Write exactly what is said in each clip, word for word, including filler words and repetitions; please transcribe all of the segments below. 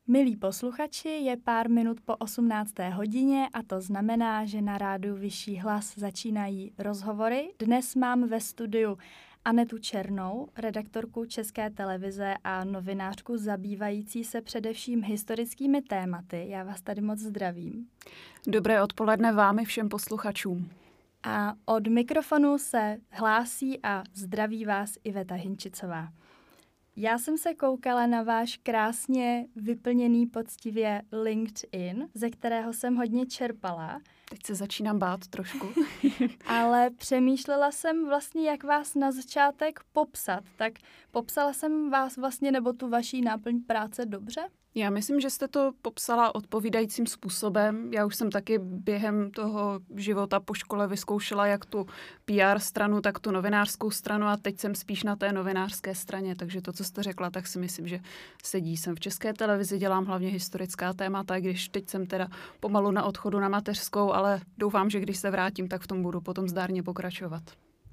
Milí posluchači, je pár minut po osmnácté hodině a to znamená, že na rádiu Vyšší hlas začínají rozhovory. Dnes mám ve studiu Anetu Černou, redaktorku České televize a novinářku zabývající se především historickými tématy. Já vás tady moc zdravím. Dobré odpoledne vám i všem posluchačům. A od mikrofonu se hlásí a zdraví vás Iveta Hinčicová. Já jsem se koukala na váš krásně vyplněný poctivě LinkedIn, ze kterého jsem hodně čerpala. Teď se začínám bát trošku. Ale přemýšlela jsem vlastně, jak vás na začátek popsat. Tak popsala jsem vás vlastně, nebo tu vaší náplň práce dobře? Já myslím, že jste to popsala odpovídajícím způsobem. Já už jsem taky během toho života po škole vyzkoušela jak tu P R stranu, tak tu novinářskou stranu a teď jsem spíš na té novinářské straně, takže to, co jste řekla, tak si myslím, že sedí. Jsem v České televizi, dělám hlavně historická témata, když teď jsem teda pomalu na odchodu na mateřskou, ale doufám, že když se vrátím, tak v tom budu potom zdárně pokračovat.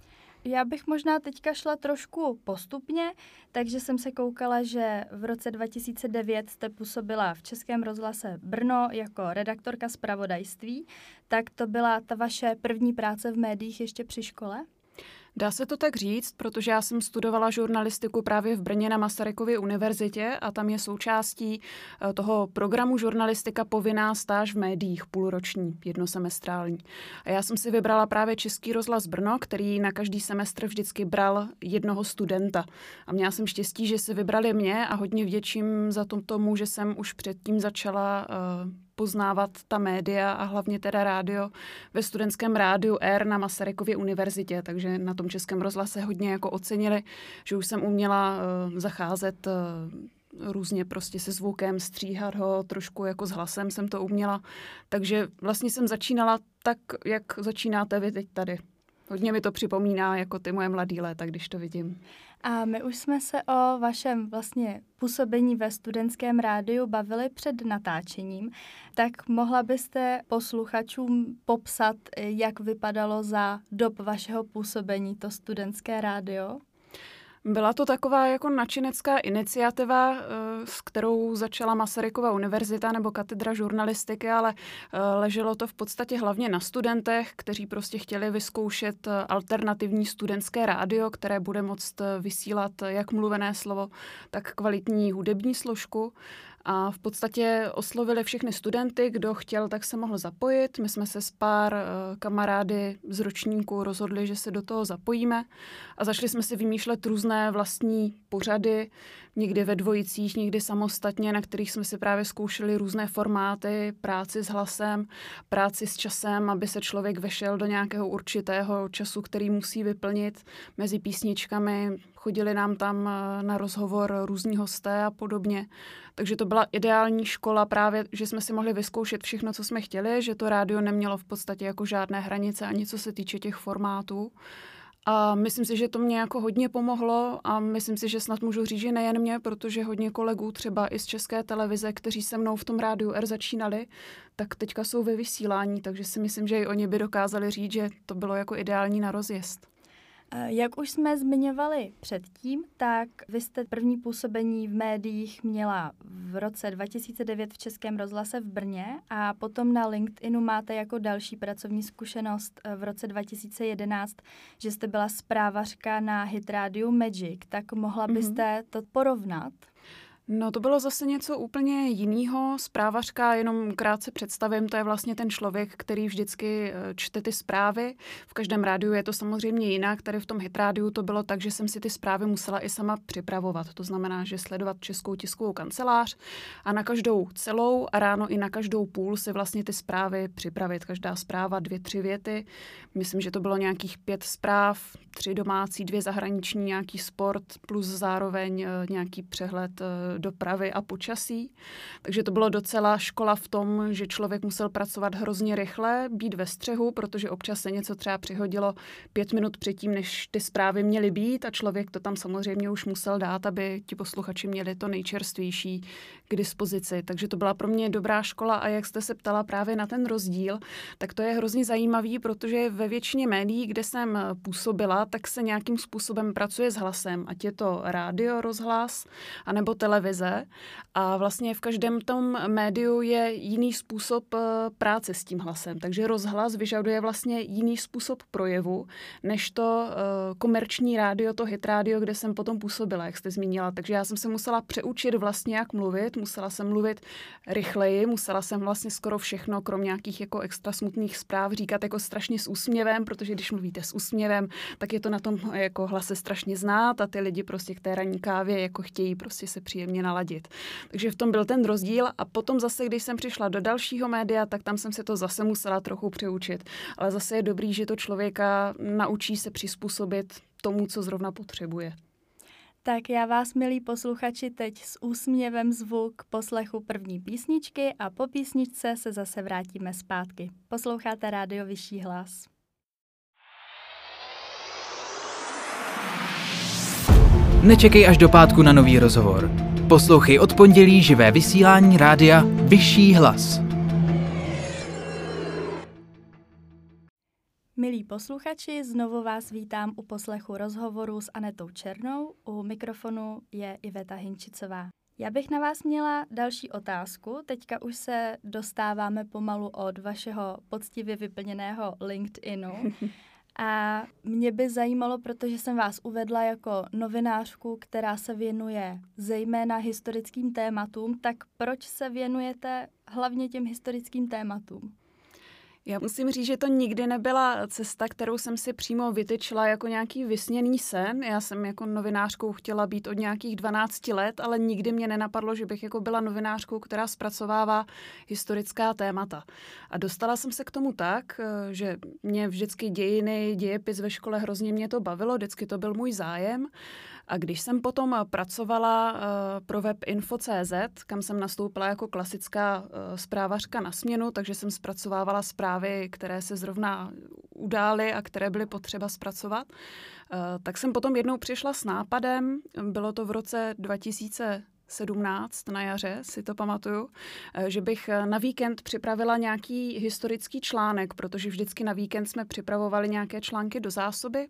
Já bych možná teďka šla trošku postupně, takže jsem se koukala, že v roce dva tisíce devět jste působila v Českém rozhlase Brno jako redaktorka zpravodajství, tak to byla ta vaše první práce v médiích ještě při škole? Dá se to tak říct, protože já jsem studovala žurnalistiku právě v Brně na Masarykově univerzitě a tam je součástí toho programu žurnalistika povinná stáž v médiích, půlroční, jednosemestrální. A já jsem si vybrala právě Český rozhlas Brno, který na každý semestr vždycky bral jednoho studenta. A měla jsem štěstí, že si vybrali mě a hodně vděčím za to tomu, že jsem už předtím začala uh, poznávat ta média a hlavně teda rádio ve studentském rádiu R na Masarykově univerzitě, takže na tom Českém rozhlase hodně jako ocenili, že už jsem uměla uh, zacházet uh, různě prostě se zvukem, stříhat ho, trošku jako s hlasem jsem to uměla, takže vlastně jsem začínala tak, jak začínáte vy teď tady. Hodně mi to připomíná jako ty moje mladý léta, když to vidím. A my už jsme se o vašem vlastně působení ve studentském rádiu bavili před natáčením, tak mohla byste posluchačům popsat, jak vypadalo za dob vašeho působení to studentské rádio? Byla to taková jako nadšenecká iniciativa, s kterou začala Masarykova univerzita nebo katedra žurnalistiky, ale leželo to v podstatě hlavně na studentech, kteří prostě chtěli vyzkoušet alternativní studentské rádio, které bude moct vysílat jak mluvené slovo, tak kvalitní hudební složku. A v podstatě oslovili všechny studenty, kdo chtěl, tak se mohl zapojit. My jsme se s pár kamarády z ročníku rozhodli, že se do toho zapojíme a začali jsme si vymýšlet různé vlastní pořady, někdy ve dvojicích, někdy samostatně, na kterých jsme si právě zkoušeli různé formáty, práci s hlasem, práci s časem, aby se člověk vešel do nějakého určitého času, který musí vyplnit mezi písničkami. Chodili nám tam na rozhovor různí hosté a podobně. Takže to byla ideální škola právě, že jsme si mohli vyzkoušet všechno, co jsme chtěli, že to rádio nemělo v podstatě jako žádné hranice ani co se týče těch formátů. A myslím si, že to mě jako hodně pomohlo a myslím si, že snad můžu říct, že nejen mě, protože hodně kolegů třeba i z České televize, kteří se mnou v tom rádiu R začínali, tak teďka jsou ve vysílání, takže si myslím, že i oni by dokázali říct, že to bylo jako ideální na rozjezd. Jak už jsme zmiňovali předtím, tak vy jste první působení v médiích měla v roce dva tisíce devět v Českém rozhlase v Brně a potom na LinkedInu máte jako další pracovní zkušenost v roce dva tisíce jedenáct, že jste byla zprávařka na hit rádiu Magic. Tak mohla byste mm-hmm. to porovnat? No to bylo zase něco úplně jiného. Zprávařka, jenom krátce představím, to je vlastně ten člověk, který vždycky čte ty zprávy. V každém rádiu je to samozřejmě jinak. Tady v tom hit rádiu to bylo tak, že jsem si ty zprávy musela i sama připravovat. To znamená, že sledovat Českou tiskovou kancelář a na každou celou a ráno i na každou půl si vlastně ty zprávy připravit. Každá zpráva, dvě, tři věty. Myslím, že to bylo nějakých pět zpráv, tři domácí, dvě zahraniční, nějaký sport, plus zároveň nějaký přehled dopravy a počasí. Takže to bylo docela škola v tom, že člověk musel pracovat hrozně rychle, být ve střehu, protože občas se něco třeba přihodilo pět minut předtím, než ty zprávy měly být a člověk to tam samozřejmě už musel dát, aby ti posluchači měli to nejčerstvější k dispozici. Takže to byla pro mě dobrá škola a jak jste se ptala právě na ten rozdíl, tak to je hrozně zajímavý, protože ve většině médií, kde jsem působila, tak se nějakým způsobem pracuje s hlasem, ať je to rádio, rozhlas, anebo televize. televize a vlastně v každém tom médiu je jiný způsob práce s tím hlasem. Takže rozhlas vyžaduje vlastně jiný způsob projevu, než to komerční rádio, to hit rádio, kde jsem potom působila, jak jste zmínila. Takže já jsem se musela přeučit vlastně, jak mluvit, musela jsem mluvit rychleji, musela jsem vlastně skoro všechno, krom nějakých jako extra smutných zpráv, říkat jako strašně s úsměvem, protože když mluvíte s úsměvem, tak je to na tom jako hlase strašně znát a ty lidi prostě k té ranní kávě jako chtějí prostě se příjemně naladit. Takže v tom byl ten rozdíl a potom zase, když jsem přišla do dalšího média, tak tam jsem se to zase musela trochu přeučit. Ale zase je dobrý, že to člověka naučí se přizpůsobit tomu, co zrovna potřebuje. Tak já vás, milí posluchači, teď s úsměvem zvu k poslechu první písničky a po písničce se zase vrátíme zpátky. Posloucháte Rádio Vyšší hlas. Nečekej až do pátku na nový rozhovor. Poslouchej od pondělí živé vysílání rádia Vyšší hlas. Milí posluchači, znovu vás vítám u poslechu rozhovoru s Anetou Černou. U mikrofonu je Iveta Hinčicová. Já bych na vás měla další otázku. Teďka už se dostáváme pomalu od vašeho poctivě vyplněného LinkedInu. A mě by zajímalo, protože jsem vás uvedla jako novinářku, která se věnuje zejména historickým tématům, tak proč se věnujete hlavně těm historickým tématům? Já musím říct, že to nikdy nebyla cesta, kterou jsem si přímo vytyčila jako nějaký vysněný sen. Já jsem jako novinářkou chtěla být od nějakých dvanácti let, ale nikdy mě nenapadlo, že bych jako byla novinářkou, která zpracovává historická témata. A dostala jsem se k tomu tak, že mě vždycky dějiny, dějepis ve škole hrozně mě to bavilo, vždycky to byl můj zájem. A když jsem potom pracovala uh, pro web info tečka cé zet, kam jsem nastoupila jako klasická uh, zprávařka na směnu, takže jsem zpracovávala zprávy, které se zrovna udály a které byly potřeba zpracovat, uh, tak jsem potom jednou přišla s nápadem, bylo to v roce dva tisíce sedmnáct na jaře, si to pamatuju, že bych na víkend připravila nějaký historický článek, protože vždycky na víkend jsme připravovali nějaké články do zásoby.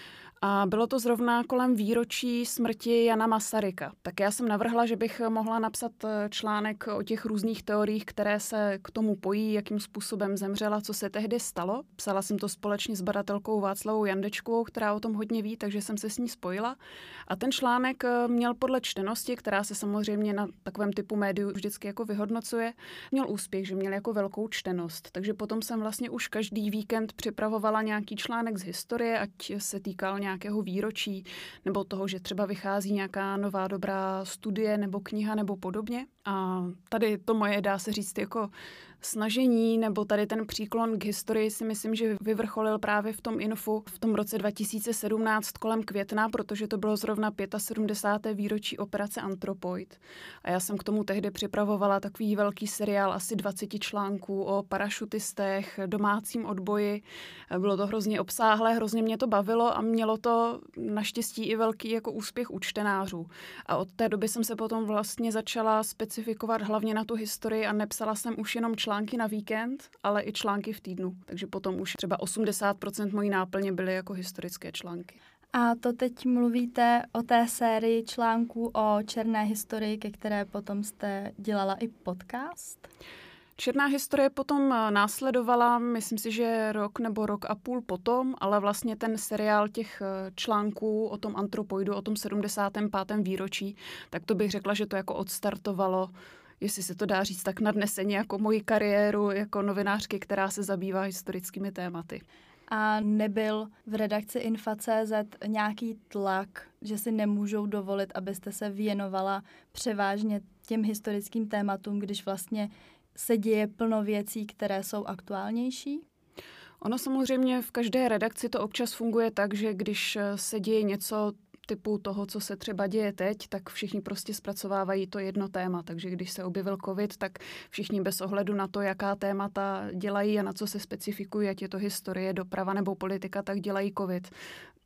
A bylo to zrovna kolem výročí smrti Jana Masaryka. Tak já jsem navrhla, že bych mohla napsat článek o těch různých teoriích, které se k tomu pojí, jakým způsobem zemřela, co se tehdy stalo. Psala jsem to společně s badatelkou Václavou Jandečkovou, která o tom hodně ví, takže jsem se s ní spojila. A ten článek měl podle čtenosti, která se samozřejmě na takovém typu médiu vždycky jako vyhodnocuje, měl úspěch, že měl jako velkou čtenost. Takže potom jsem vlastně už každý víkend připravovala nějaký článek z historie, ať se týkal nějakého výročí, nebo toho, že třeba vychází nějaká nová dobrá studie nebo kniha nebo podobně. A tady to moje, dá se říct, jako snažení, nebo tady ten příklon k historii si myslím, že vyvrcholil právě v tom infu v tom roce dva tisíce sedmnáct kolem května, protože to bylo zrovna sedmdesát pátého výročí operace Anthropoid. A já jsem k tomu tehdy připravovala takový velký seriál asi dvacet článků o parašutistech, domácím odboji. Bylo to hrozně obsáhlé, hrozně mě to bavilo a mělo to naštěstí i velký jako úspěch u čtenářů. A od té doby jsem se potom vlastně začala specifikovat hlavně na tu historii a nepsala jsem už jenom články na víkend, ale i články v týdnu. Takže potom už třeba osmdesát procent mojí náplně byly jako historické články. A to teď mluvíte o té sérii článků o černé historii, ke které potom jste dělala i podcast? Černá historie potom následovala, myslím si, že rok nebo rok a půl potom, ale vlastně ten seriál těch článků o tom antropoidu, o tom sedmdesátém pátém výročí, tak to bych řekla, že to jako odstartovalo, jestli se to dá říct, tak nadneseně jako moji kariéru jako novinářky, která se zabývá historickými tématy. A nebyl v redakci info tečka cé zet nějaký tlak, že si nemůžou dovolit, abyste se věnovala převážně těm historickým tématům, když vlastně se děje plno věcí, které jsou aktuálnější? Ono samozřejmě v každé redakci to občas funguje tak, že když se děje něco typu toho, co se třeba děje teď, tak všichni prostě zpracovávají to jedno téma. Takže když se objevil covid, tak všichni bez ohledu na to, jaká témata dělají a na co se specifikují, ať je to historie, doprava nebo politika, tak dělají covid.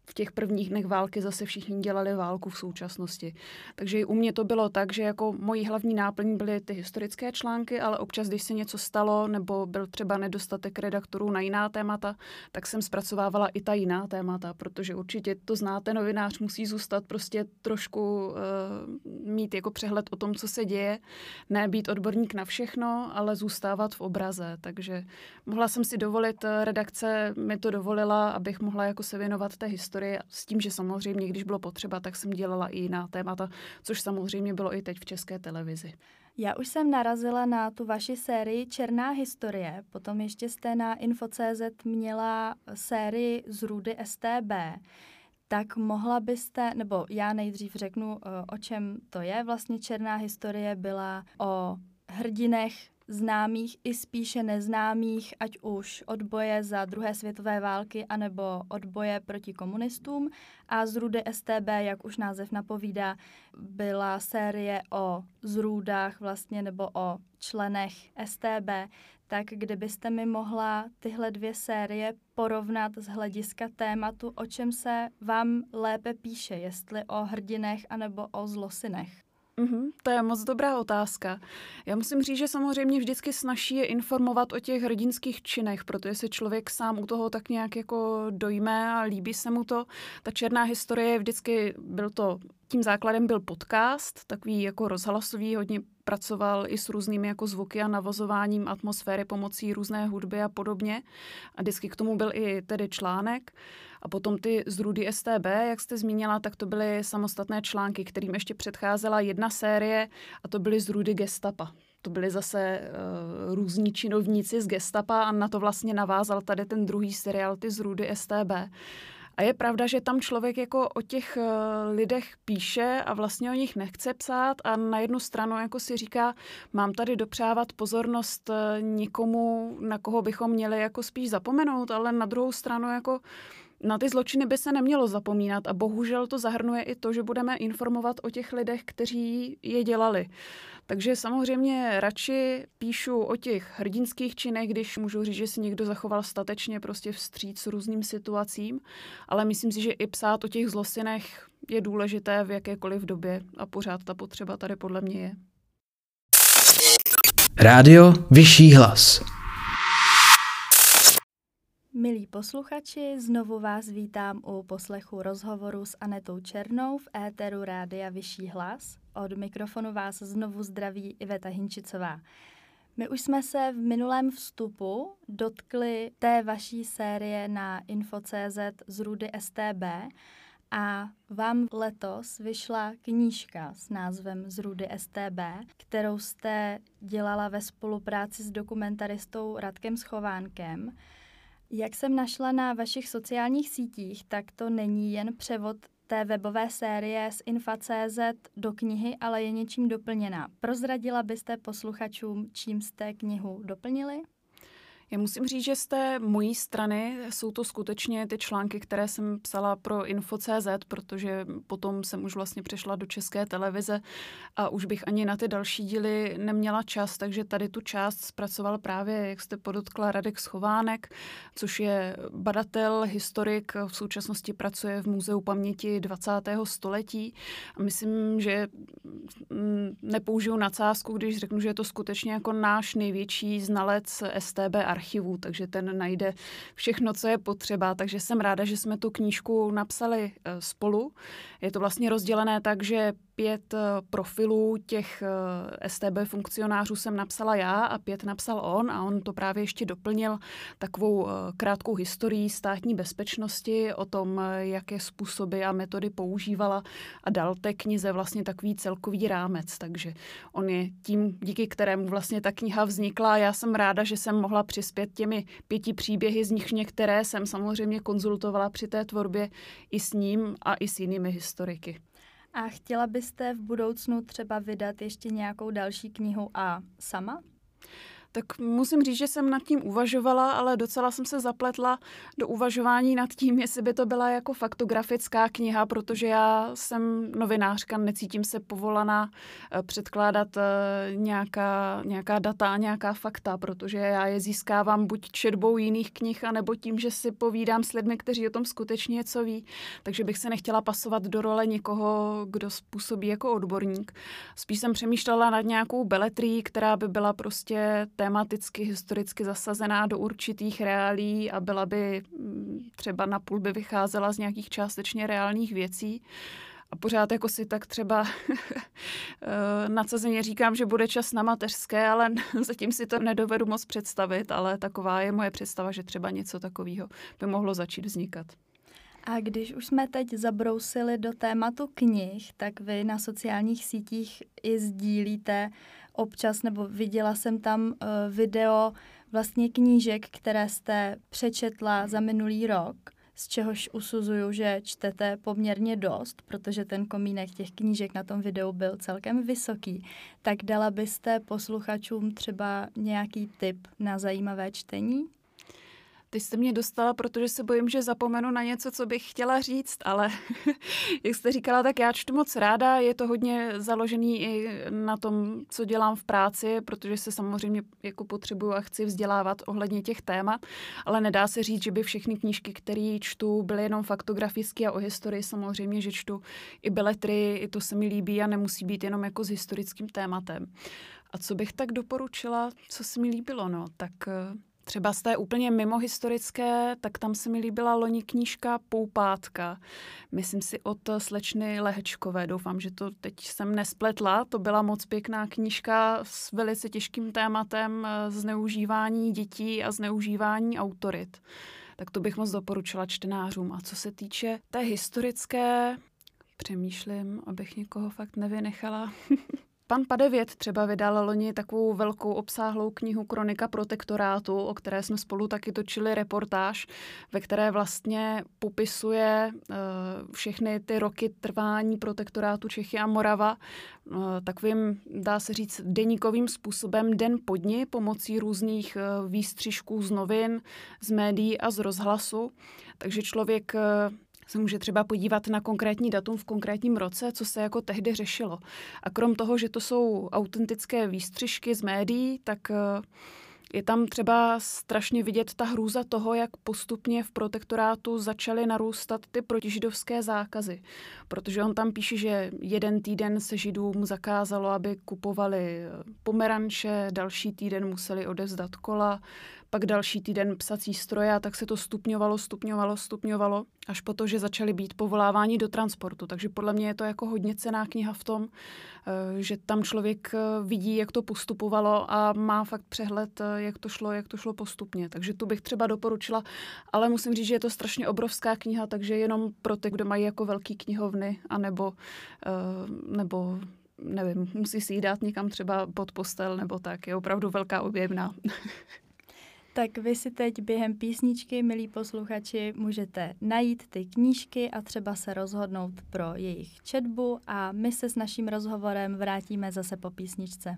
v těch prvních dnech války zase všichni dělali válku v současnosti. Takže i u mě to bylo tak, že jako mojí hlavní náplň byly ty historické články, ale občas, když se něco stalo, nebo byl třeba nedostatek redaktorů na jiná témata, tak jsem zpracovávala i ta jiná témata, protože určitě to znáte, novinář musí zůstat prostě trošku uh, mít jako přehled o tom, co se děje, ne být odborník na všechno, ale zůstávat v obraze. Takže mohla jsem si dovolit, redakce mi to dovolila, abych mohla jako se věnovat té historii, s tím, že samozřejmě, když bylo potřeba, tak jsem dělala i jiná témata, což samozřejmě bylo i teď v České televizi. Já už jsem narazila na tu vaši sérii Černá historie, potom ještě jste na info tečka cé zet měla sérii Zrůdy es té bé. Tak mohla byste, nebo já nejdřív řeknu, o čem to je. Vlastně Černá historie byla o hrdinech známých i spíše neznámých, ať už od boje za druhé světové války, anebo od boje proti komunistům. A Zrůdy es té bé, jak už název napovídá, byla série o zrůdách vlastně, nebo o členech es té bé. Tak kdybyste mi mohla tyhle dvě série porovnat z hlediska tématu, o čem se vám lépe píše, jestli o hrdinech, anebo o zlosinech? Mm-hmm, to je moc dobrá otázka. Já musím říct, že samozřejmě vždycky snazší je informovat o těch hrdinských činech, protože se člověk sám u toho tak nějak jako dojme a líbí se mu to. Ta Černá historie vždycky byl to, tím základem byl podcast, takový jako rozhlasový, hodně pracoval i s různými jako zvuky a navozováním atmosféry pomocí různé hudby a podobně. A vždycky k tomu byl i tedy článek. A potom ty Zrůdy es té bé, jak jste zmínila, tak to byly samostatné články, kterým ještě předcházela jedna série a to byly Zrůdy gestapa. To byly zase uh, různí činovníci z gestapa a na to vlastně navázal tady ten druhý seriál, ty Zrůdy es té bé. A je pravda, že tam člověk jako o těch uh, lidech píše a vlastně o nich nechce psát a na jednu stranu jako si říká, mám tady dopřávat pozornost uh, někomu, na koho bychom měli jako spíš zapomenout, ale na druhou stranu jako na ty zločiny by se nemělo zapomínat a bohužel to zahrnuje i to, že budeme informovat o těch lidech, kteří je dělali. Takže samozřejmě radši píšu o těch hrdinských činech, když můžu říct, že si někdo zachoval statečně prostě vstříc různým situacím, ale myslím si, že i psát o těch zlosinech je důležité v jakékoliv době a pořád ta potřeba tady podle mě je. Rádio Vyšší hlas. Milí posluchači, znovu vás vítám u poslechu rozhovoru s Anetou Černou v éteru Rádia Vyšší hlas. Od mikrofonu vás znovu zdraví Iveta Hinčicová. My už jsme se v minulém vstupu dotkli té vaší série na info tečka cé zet Zrůdy es té bé a vám letos vyšla knížka s názvem Zrůdy es té bé, kterou jste dělala ve spolupráci s dokumentaristou Radkem Schovánkem. Jak jsem našla na vašich sociálních sítích, tak to není jen převod té webové série z info tečka cé zet do knihy, ale je něčím doplněná. Prozradila byste posluchačům, čím jste knihu doplnili? Já musím říct, že z té mojí strany jsou to skutečně ty články, které jsem psala pro info tečka cé zet, protože potom jsem už vlastně přešla do České televize a už bych ani na ty další díly neměla čas, takže tady tu část zpracoval právě, jak jste podotkla, Radek Schovánek, což je badatel, historik, v současnosti pracuje v Muzeu paměti dvacátého století a myslím, že nepoužiju nadsázku, když řeknu, že je to skutečně jako náš největší znalec es té bé archivů, takže ten najde všechno, co je potřeba. Takže jsem ráda, že jsme tu knížku napsali spolu. Je to vlastně rozdělené tak, že pět profilů těch es té bé funkcionářů jsem napsala já a pět napsal on a on to právě ještě doplnil takovou krátkou historií státní bezpečnosti o tom, jaké způsoby a metody používala a dal té knize vlastně takový celkový rámec. Takže on je tím, díky kterému vlastně ta kniha vznikla a já jsem ráda, že jsem mohla přispět těmi pěti příběhy, z nich některé jsem samozřejmě konzultovala při té tvorbě i s ním a i s jinými historiky. A chtěla byste v budoucnu třeba vydat ještě nějakou další knihu a sama? Tak musím říct, že jsem nad tím uvažovala, ale docela jsem se zapletla do uvažování nad tím, jestli by to byla jako faktografická kniha, protože já jsem novinářka, necítím se povolaná předkládat nějaká, nějaká data, nějaká fakta, protože já je získávám buď četbou jiných knih, anebo tím, že si povídám s lidmi, kteří o tom skutečně něco ví. Takže bych se nechtěla pasovat do role někoho, kdo způsobí jako odborník. Spíš jsem přemýšlela nad nějakou beletrií, která by byla prostě tematicky, historicky zasazená do určitých reálí a byla by třeba napůl by vycházela z nějakých částečně reálných věcí. A pořád jako si tak třeba nadsazeně říkám, že bude čas na mateřské, ale zatím si to nedovedu moc představit, ale taková je moje představa, že třeba něco takového by mohlo začít vznikat. A když už jsme teď zabrousili do tématu knih, tak vy na sociálních sítích i sdílíte občas, nebo viděla jsem tam uh, video vlastně knížek, které jste přečetla za minulý rok, z čehož usuzuju, že čtete poměrně dost, protože ten komínek těch knížek na tom videu byl celkem vysoký. Tak dala byste posluchačům třeba nějaký tip na zajímavé čtení? Ty jste mě dostala, protože se bojím, že zapomenu na něco, co bych chtěla říct, ale jak jste říkala, tak já čtu moc ráda. Je to hodně založený i na tom, co dělám v práci, protože se samozřejmě jako potřebuju a chci vzdělávat ohledně těch témat, ale nedá se říct, že by všechny knížky, které čtu, byly jenom faktografické a o historii. Samozřejmě, že čtu i beletry, i to se mi líbí a nemusí být jenom jako s historickým tématem. A co bych tak doporučila, co se mi líbilo, no, tak... Třeba z té úplně mimohistorické, tak tam se mi líbila loni knížka Poupátka. Myslím si od slečny Lehečkové. Doufám, že to teď jsem nespletla. To byla moc pěkná knížka s velice těžkým tématem zneužívání dětí a zneužívání autorit. Tak to bych moc doporučila čtenářům. A co se týče té historické, přemýšlím, abych někoho fakt nevynechala. Pan Padevět třeba vydal loni takovou velkou obsáhlou knihu Kronika protektorátu, o které jsme spolu taky točili reportáž, ve které vlastně popisuje uh, všechny ty roky trvání protektorátu Čechy a Morava uh, takovým, dá se říct, deníkovým způsobem den po dni pomocí různých uh, výstřižků z novin, z médií a z rozhlasu. Takže člověk... Uh, se může třeba podívat na konkrétní datum v konkrétním roce, co se jako tehdy řešilo. A krom toho, že to jsou autentické výstřižky z médií, tak je tam třeba strašně vidět ta hrůza toho, jak postupně v protektorátu začaly narůstat ty protižidovské zákazy. Protože on tam píše, že jeden týden se Židům zakázalo, aby kupovali pomeranče, další týden museli odevzdat kola, pak další týden psací stroje, a tak se to stupňovalo, stupňovalo, stupňovalo, až po to, že začali být povoláváni do transportu. Takže podle mě je to jako hodně cenná kniha v tom, že tam člověk vidí, jak to postupovalo a má fakt přehled, jak to šlo, jak to šlo postupně. Takže tu bych třeba doporučila, ale musím říct, že je to strašně obrovská kniha, takže jenom pro ty, kdo mají jako velký knihovny, anebo nebo nevím, musí si ji dát někam třeba pod postel, nebo tak. Je opravdu velká objevná. Tak vy si teď během písničky, milí posluchači, můžete najít ty knížky a třeba se rozhodnout pro jejich četbu a my se s naším rozhovorem vrátíme zase po písničce.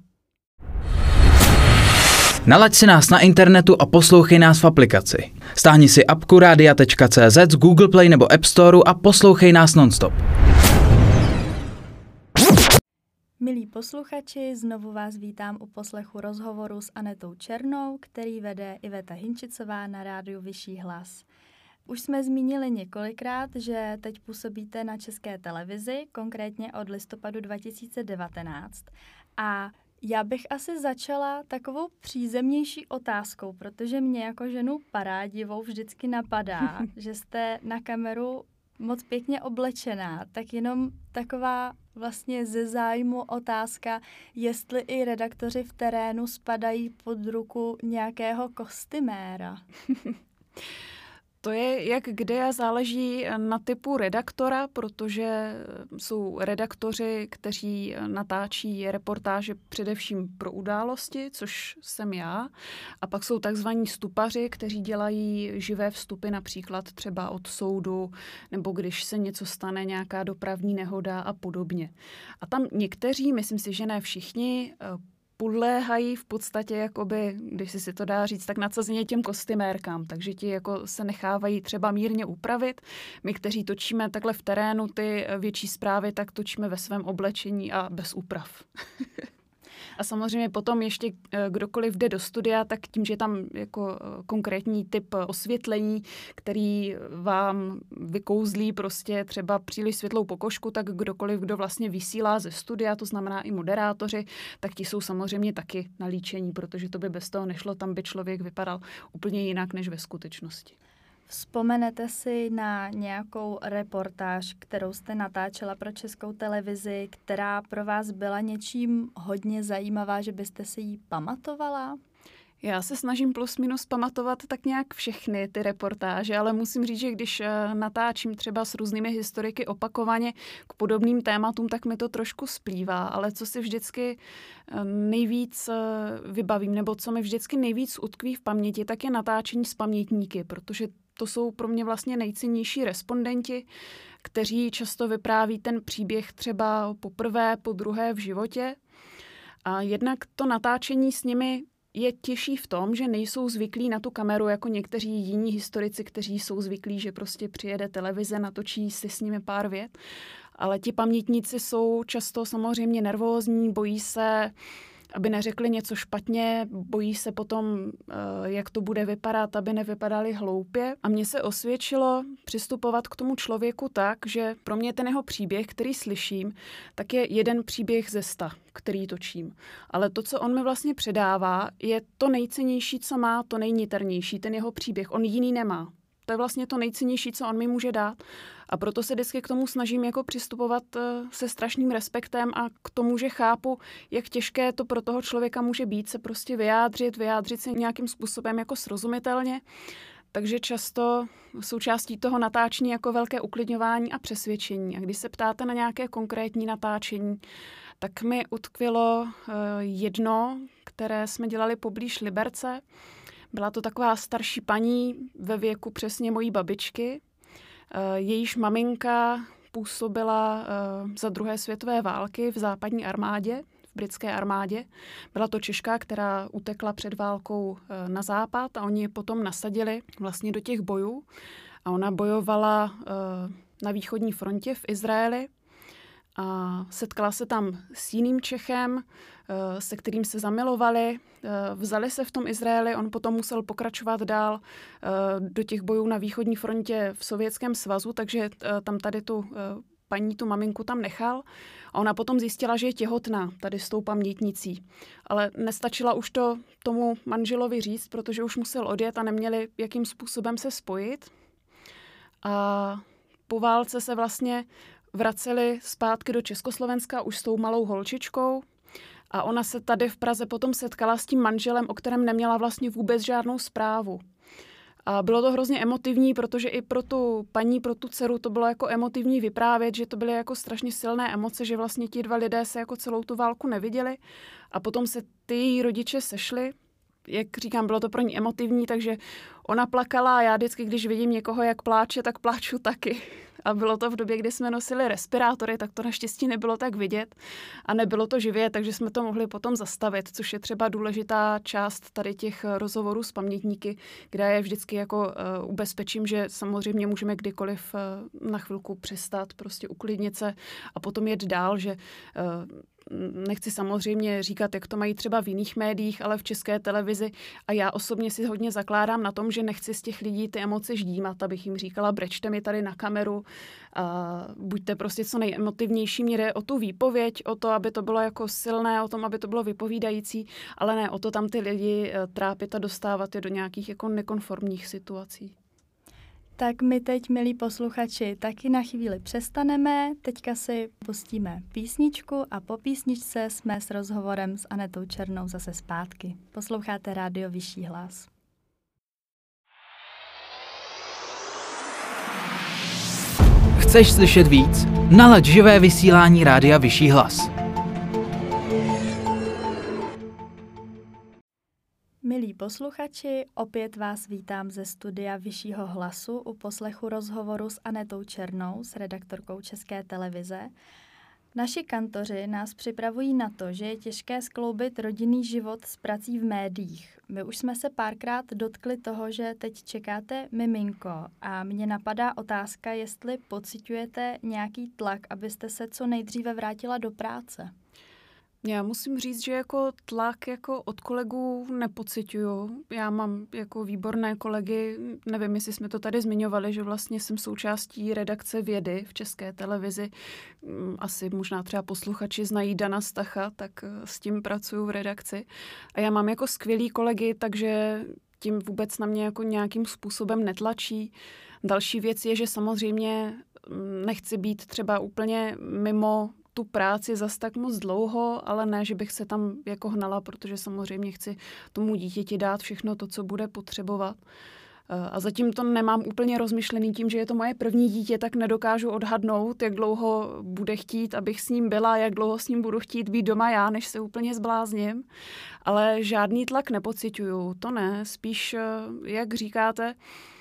Nalaď si nás na internetu a poslouchej nás v aplikaci. Stáhni si apku radia tečka cé zet z Google Play nebo App Store a poslouchej nás nonstop. Milí posluchači, znovu vás vítám u poslechu rozhovoru s Anetou Černou, který vede Iveta Hinčicová na rádiu Vyšší hlas. Už jsme zmínili několikrát, že teď působíte na České televizi, konkrétně od listopadu dva tisíce devatenáct. A já bych asi začala takovou přízemnější otázkou, protože mě jako ženu parádivou vždycky napadá, že jste na kameru moc pěkně oblečená, tak jenom taková vlastně ze zájmu otázka, jestli i redaktoři v terénu spadají pod ruku nějakého kostýméra. To je jak kde a záleží na typu redaktora, protože jsou redaktoři, kteří natáčí reportáže především pro události, což jsem já. A pak jsou takzvaní stupaři, kteří dělají živé vstupy například třeba od soudu, nebo když se něco stane, nějaká dopravní nehoda a podobně. A tam někteří, myslím si, že ne všichni, podléhají v podstatě, jakoby, když si si to dá říct, tak nadsazeně těm kostymérkám, takže ti jako se nechávají třeba mírně upravit. My, kteří točíme takhle v terénu ty větší zprávy, tak točíme ve svém oblečení a bez úprav. A samozřejmě potom ještě kdokoliv jde do studia, tak tím, že je tam jako konkrétní typ osvětlení, který vám vykouzlí prostě třeba příliš světlou pokožku, tak kdokoliv, kdo vlastně vysílá ze studia, to znamená i moderátoři, tak ti jsou samozřejmě taky na líčení, protože to by bez toho nešlo, tam by člověk vypadal úplně jinak než ve skutečnosti. Vzpomenete si na nějakou reportáž, kterou jste natáčela pro Českou televizi, která pro vás byla něčím hodně zajímavá, že byste si ji pamatovala? Já se snažím plus minus pamatovat tak nějak všechny ty reportáže, ale musím říct, že když natáčím třeba s různými historiky opakovaně k podobným tématům, tak mi to trošku splývá, ale co si vždycky nejvíc vybavím, nebo co mi vždycky nejvíc utkví v paměti, tak je natáčení s pamětníky, protože to jsou pro mě vlastně nejcennější respondenti, kteří často vypráví ten příběh třeba poprvé, po druhé v životě. A jednak to natáčení s nimi je těžší v tom, že nejsou zvyklí na tu kameru jako někteří jiní historici, kteří jsou zvyklí, že prostě přijede televize, natočí si s nimi pár vět. Ale ti pamětníci jsou často samozřejmě nervózní, bojí se, aby neřekli něco špatně, bojí se potom, jak to bude vypadat, aby nevypadali hloupě. A mně se osvědčilo přistupovat k tomu člověku tak, že pro mě ten jeho příběh, který slyším, tak je jeden příběh ze sta, který točím. Ale to, co on mi vlastně předává, je to nejcennější, co má, to nejniternější, ten jeho příběh. On jiný nemá. To je vlastně to nejcennější, co on mi může dát. A proto se vždycky k tomu snažím jako přistupovat se strašným respektem a k tomu, že chápu, jak těžké to pro toho člověka může být se prostě vyjádřit, vyjádřit se nějakým způsobem jako srozumitelně. Takže často součástí toho natáčení jako velké uklidňování a přesvědčení. A když se ptáte na nějaké konkrétní natáčení, tak mi utkvělo jedno, které jsme dělali poblíž Liberce. Byla to taková starší paní ve věku přesně mojí babičky. Jejíž maminka působila za druhé světové války v západní armádě, v britské armádě. Byla to Češka, která utekla před válkou na západ a oni ji potom nasadili vlastně do těch bojů. A ona bojovala na východní frontě v Izraeli a setkala se tam s jiným Čechem, se kterým se zamilovali, vzali se v tom Izraeli, on potom musel pokračovat dál do těch bojů na východní frontě v Sovětském svazu, takže tam tady tu paní, tu maminku tam nechal a ona potom zjistila, že je těhotná tady s tou pamětnicí. Ale nestačila už to tomu manželovi říct, protože už musel odjet a neměli jakým způsobem se spojit. A po válce se vlastně vraceli zpátky do Československa už s tou malou holčičkou a ona se tady v Praze potom setkala s tím manželem, o kterém neměla vlastně vůbec žádnou zprávu. A bylo to hrozně emotivní, protože i pro tu paní, pro tu dceru to bylo jako emotivní vyprávět, že to byly jako strašně silné emoce, že vlastně ti dva lidé se jako celou tu válku neviděli a potom se ty její rodiče sešli. Jak říkám, bylo to pro ní emotivní, takže ona plakala a já vždycky, když vidím někoho, jak pláče, tak pláču taky. A bylo to v době, kdy jsme nosili respirátory, tak to naštěstí nebylo tak vidět a nebylo to živě, takže jsme to mohli potom zastavit, což je třeba důležitá část tady těch rozhovorů s pamětníky, kde je vždycky jako uh, ubezpečím, že samozřejmě můžeme kdykoliv uh, na chvilku přestat, prostě uklidnit se a potom jet dál, že uh, nechci samozřejmě říkat, jak to mají třeba v jiných médiích, ale v České televizi a já osobně si hodně zakládám na tom, že nechci z těch lidí ty emoce ždímat, abych jim říkala, brečte mi tady na kameru, a buďte prostě co nejemotivnější, mě jde o tu výpověď, o to, aby to bylo jako silné, o tom, aby to bylo vypovídající, ale ne o to tam ty lidi trápit a dostávat je do nějakých jako nekonformních situací. Tak my teď, milí posluchači, taky na chvíli přestaneme. Teďka si pustíme písničku a po písničce jsme s rozhovorem s Anetou Černou zase zpátky. Posloucháte Rádio Vyšší hlas. Chceš slyšet víc? Nalaď živé vysílání Rádia Vyšší hlas. Milí posluchači, opět vás vítám ze studia Vyššího hlasu u poslechu rozhovoru s Anetou Černou, s redaktorkou České televize. Naši kantoři nás připravují na to, že je těžké skloubit rodinný život s prací v médiích. My už jsme se párkrát dotkli toho, že teď čekáte miminko a mě napadá otázka, jestli pociťujete nějaký tlak, abyste se co nejdříve vrátila do práce. Já musím říct, že jako tlak jako od kolegů nepociťuju. Já mám jako výborné kolegy, nevím, jestli jsme to tady zmiňovali, že vlastně jsem součástí redakce Vědy v České televizi. Asi možná třeba posluchači znají Dana Stacha, tak s tím pracuju v redakci. A já mám jako skvělý kolegy, takže tím vůbec na mě jako nějakým způsobem netlačí. Další věc je, že samozřejmě nechci být třeba úplně mimo tu práci zas tak moc dlouho, ale ne, že bych se tam jako hnala, protože samozřejmě chci tomu dítěti dát všechno to, co bude potřebovat. A zatím to nemám úplně rozmyšlený tím, že je to moje první dítě, tak nedokážu odhadnout, jak dlouho bude chtít, abych s ním byla, jak dlouho s ním budu chtít být doma já, než se úplně zblázním. Ale žádný tlak nepociťuju, to ne. Spíš, jak říkáte,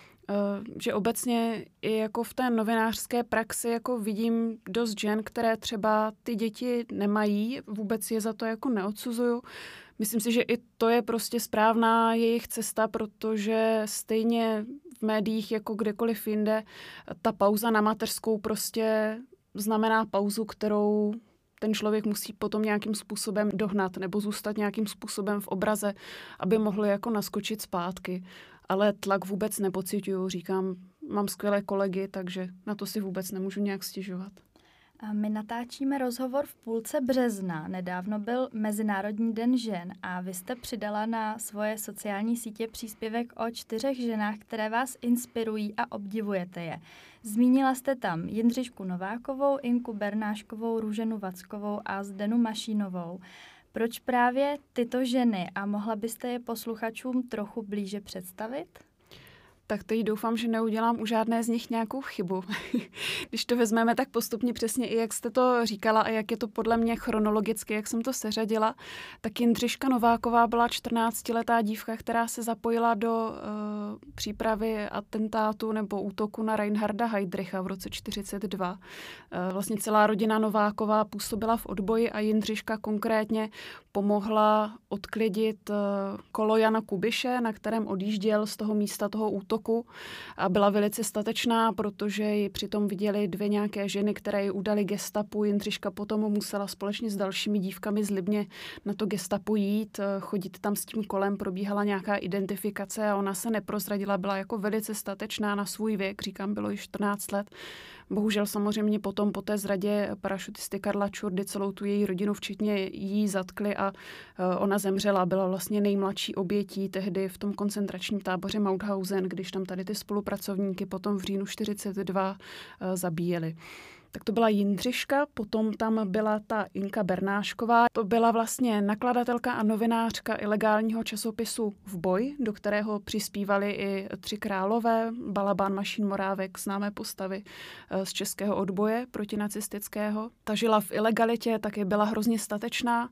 že obecně i jako v té novinářské praxi jako vidím dost žen, které třeba ty děti nemají, vůbec je za to jako neodsuzuju. Myslím si, že i to je prostě správná jejich cesta, protože stejně v médiích jako kdekoliv jinde ta pauza na mateřskou prostě znamená pauzu, kterou ten člověk musí potom nějakým způsobem dohnat nebo zůstat nějakým způsobem v obraze, aby mohl jako naskočit zpátky. Ale tlak vůbec nepociťuju, říkám, mám skvělé kolegy, takže na to si vůbec nemůžu nějak stěžovat. A my natáčíme rozhovor v půlce března. Nedávno byl Mezinárodní den žen a vy jste přidala na svoje sociální sítě příspěvek o čtyřech ženách, které vás inspirují a obdivujete je. Zmínila jste tam Jindřišku Novákovou, Inku Bernáškovou, Růženu Vackovou a Zdenu Mašínovou. Proč právě tyto ženy a mohla byste je posluchačům trochu blíže představit? Tak teď doufám, že neudělám u žádné z nich nějakou chybu. Když to vezmeme tak postupně přesně i jak jste to říkala a jak je to podle mě chronologicky, jak jsem to seřadila, tak Jindřiška Nováková byla čtrnáctiletá dívka, která se zapojila do uh, přípravy atentátu nebo útoku na Reinharda Heydricha v roce čtyřicet dva. Uh, vlastně celá rodina Nováková působila v odboji a Jindřiška konkrétně pomohla odklidit uh, kolo Jana Kubiše, na kterém odjížděl z toho místa toho útoku. A byla velice statečná, protože ji přitom viděli dvě nějaké ženy, které ji udali gestapu. Jindřiška potom musela společně s dalšími dívkami z Libně na to gestapu jít, chodit tam s tím kolem, probíhala nějaká identifikace a ona se neprozradila, byla jako velice statečná na svůj věk, říkám, bylo jí čtrnáct let. Bohužel samozřejmě potom po té zradě parašutisty Karla Čurdy celou tu její rodinu, včetně jí, zatkli a ona zemřela. Byla vlastně nejmladší obětí tehdy v tom koncentračním táboře Mauthausen, když tam tady ty spolupracovníky potom v říjnu čtyřicet dva zabíjeli. Tak to byla Jindřiška, potom tam byla ta Inka Bernášková. To byla vlastně nakladatelka a novinářka ilegálního časopisu V boj, do kterého přispívali i tři králové, Balabán, Mašín, Morávek, známé postavy z českého odboje protinacistického. Ta žila v ilegalitě, taky byla hrozně statečná.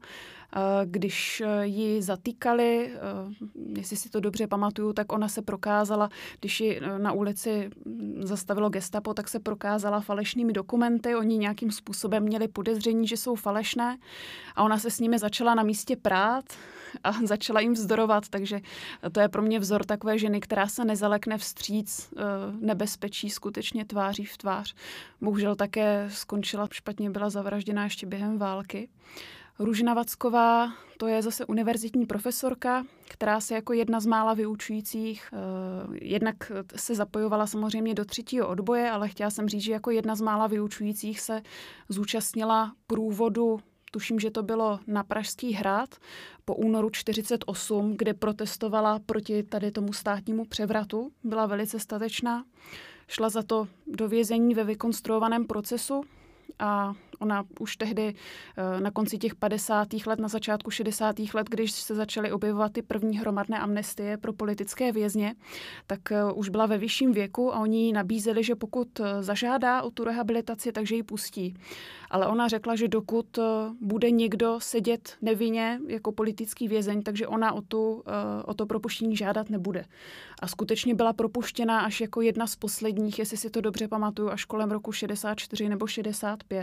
Když ji zatýkali, jestli si to dobře pamatuju, tak ona se prokázala, když ji na ulici zastavilo gestapo, tak se prokázala falešnými dokumenty. Oni nějakým způsobem měli podezření, že jsou falešné a ona se s nimi začala na místě prát a začala jim vzdorovat, takže to je pro mě vzor takové ženy, která se nezalekne vstříc nebezpečí skutečně tváří v tvář. Bohužel také skončila špatně, byla zavražděná ještě během války. Růžena Vacková, to je zase univerzitní profesorka, která se jako jedna z mála vyučujících eh, jednak se zapojovala samozřejmě do třetího odboje, ale chtěla jsem říct, že jako jedna z mála vyučujících se zúčastnila průvodu, tuším, že to bylo na Pražský hrad po únoru čtyřicet osm, kde protestovala proti tady tomu státnímu převratu. Byla velice statečná. Šla za to do vězení ve vykonstruovaném procesu a ona už tehdy na konci těch padesátých let, na začátku šedesátých let, když se začaly objevovat ty první hromadné amnestie pro politické vězně, tak už byla ve vyšším věku a oni jí nabízeli, že pokud zažádá o tu rehabilitaci, takže ji pustí. Ale ona řekla, že dokud bude někdo sedět nevinně jako politický vězeň, takže ona o, tu, o to propuštění žádat nebude. A skutečně byla propuštěna až jako jedna z posledních, jestli si to dobře pamatuju, až kolem roku šedesát čtyři nebo šedesát pět.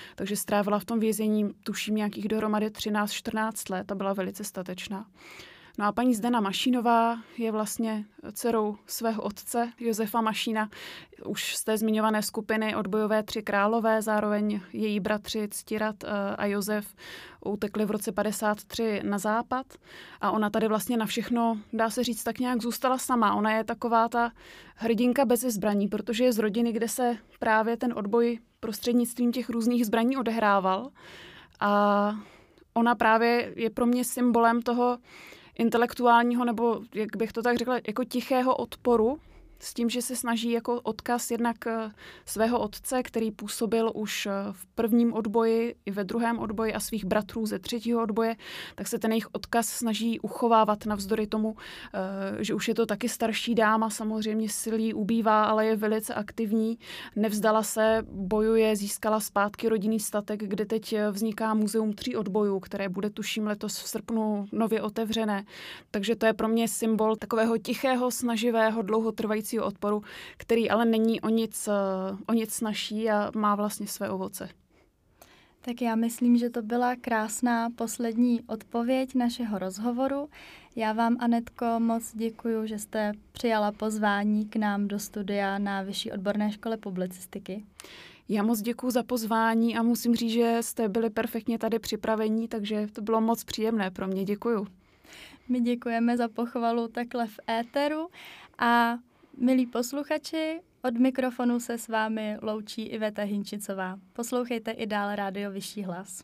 takže strávila v tom vězení tuším nějakých dohromady třináct čtrnáct let a byla velice statečná. No a paní Zdena Mašínová je vlastně dcerou svého otce Josefa Mašína, už z té zmiňované skupiny odbojové Tři králové, zároveň její bratři Ctirad a Josef utekli v roce padesát tři na západ a ona tady vlastně na všechno, dá se říct, tak nějak zůstala sama. Ona je taková ta hrdinka bez zbraní, protože je z rodiny, kde se právě ten odboj prostřednictvím těch různých zbraní odehrával a ona právě je pro mě symbolem toho intelektuálního, nebo jak bych to tak řekla, jako tichého odporu s tím, že se snaží jako odkaz jednak svého otce, který působil už v prvním odboji i ve druhém odboji a svých bratrů ze třetího odboje, tak se ten jejich odkaz snaží uchovávat navzdory tomu, že už je to taky starší dáma, samozřejmě silí ubývá, ale je velice aktivní, nevzdala se, bojuje, získala zpátky rodinný statek, kde teď vzniká muzeum tří odbojů, které bude tuším letos v srpnu nově otevřené. Takže to je pro mě symbol takového tichého, snaživého, dlouhotrvajícího odporu, který ale není o nic, o nic snazší a má vlastně své ovoce. Tak já myslím, že to byla krásná poslední odpověď našeho rozhovoru. Já vám, Anetko, moc děkuju, že jste přijala pozvání k nám do studia na Vyšší odborné škole publicistiky. Já moc děkuju za pozvání a musím říct, že jste byli perfektně tady připravení, takže to bylo moc příjemné pro mě. Děkuju. My děkujeme za pochvalu takhle v éteru a milí posluchači, od mikrofonu se s vámi loučí Iveta Hinčicová. Poslouchejte i dál Rádio Vyšší hlas.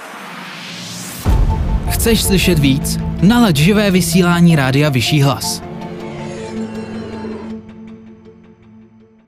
Chceš slyšet víc? Nalaď živé vysílání Rádia Vyšší hlas.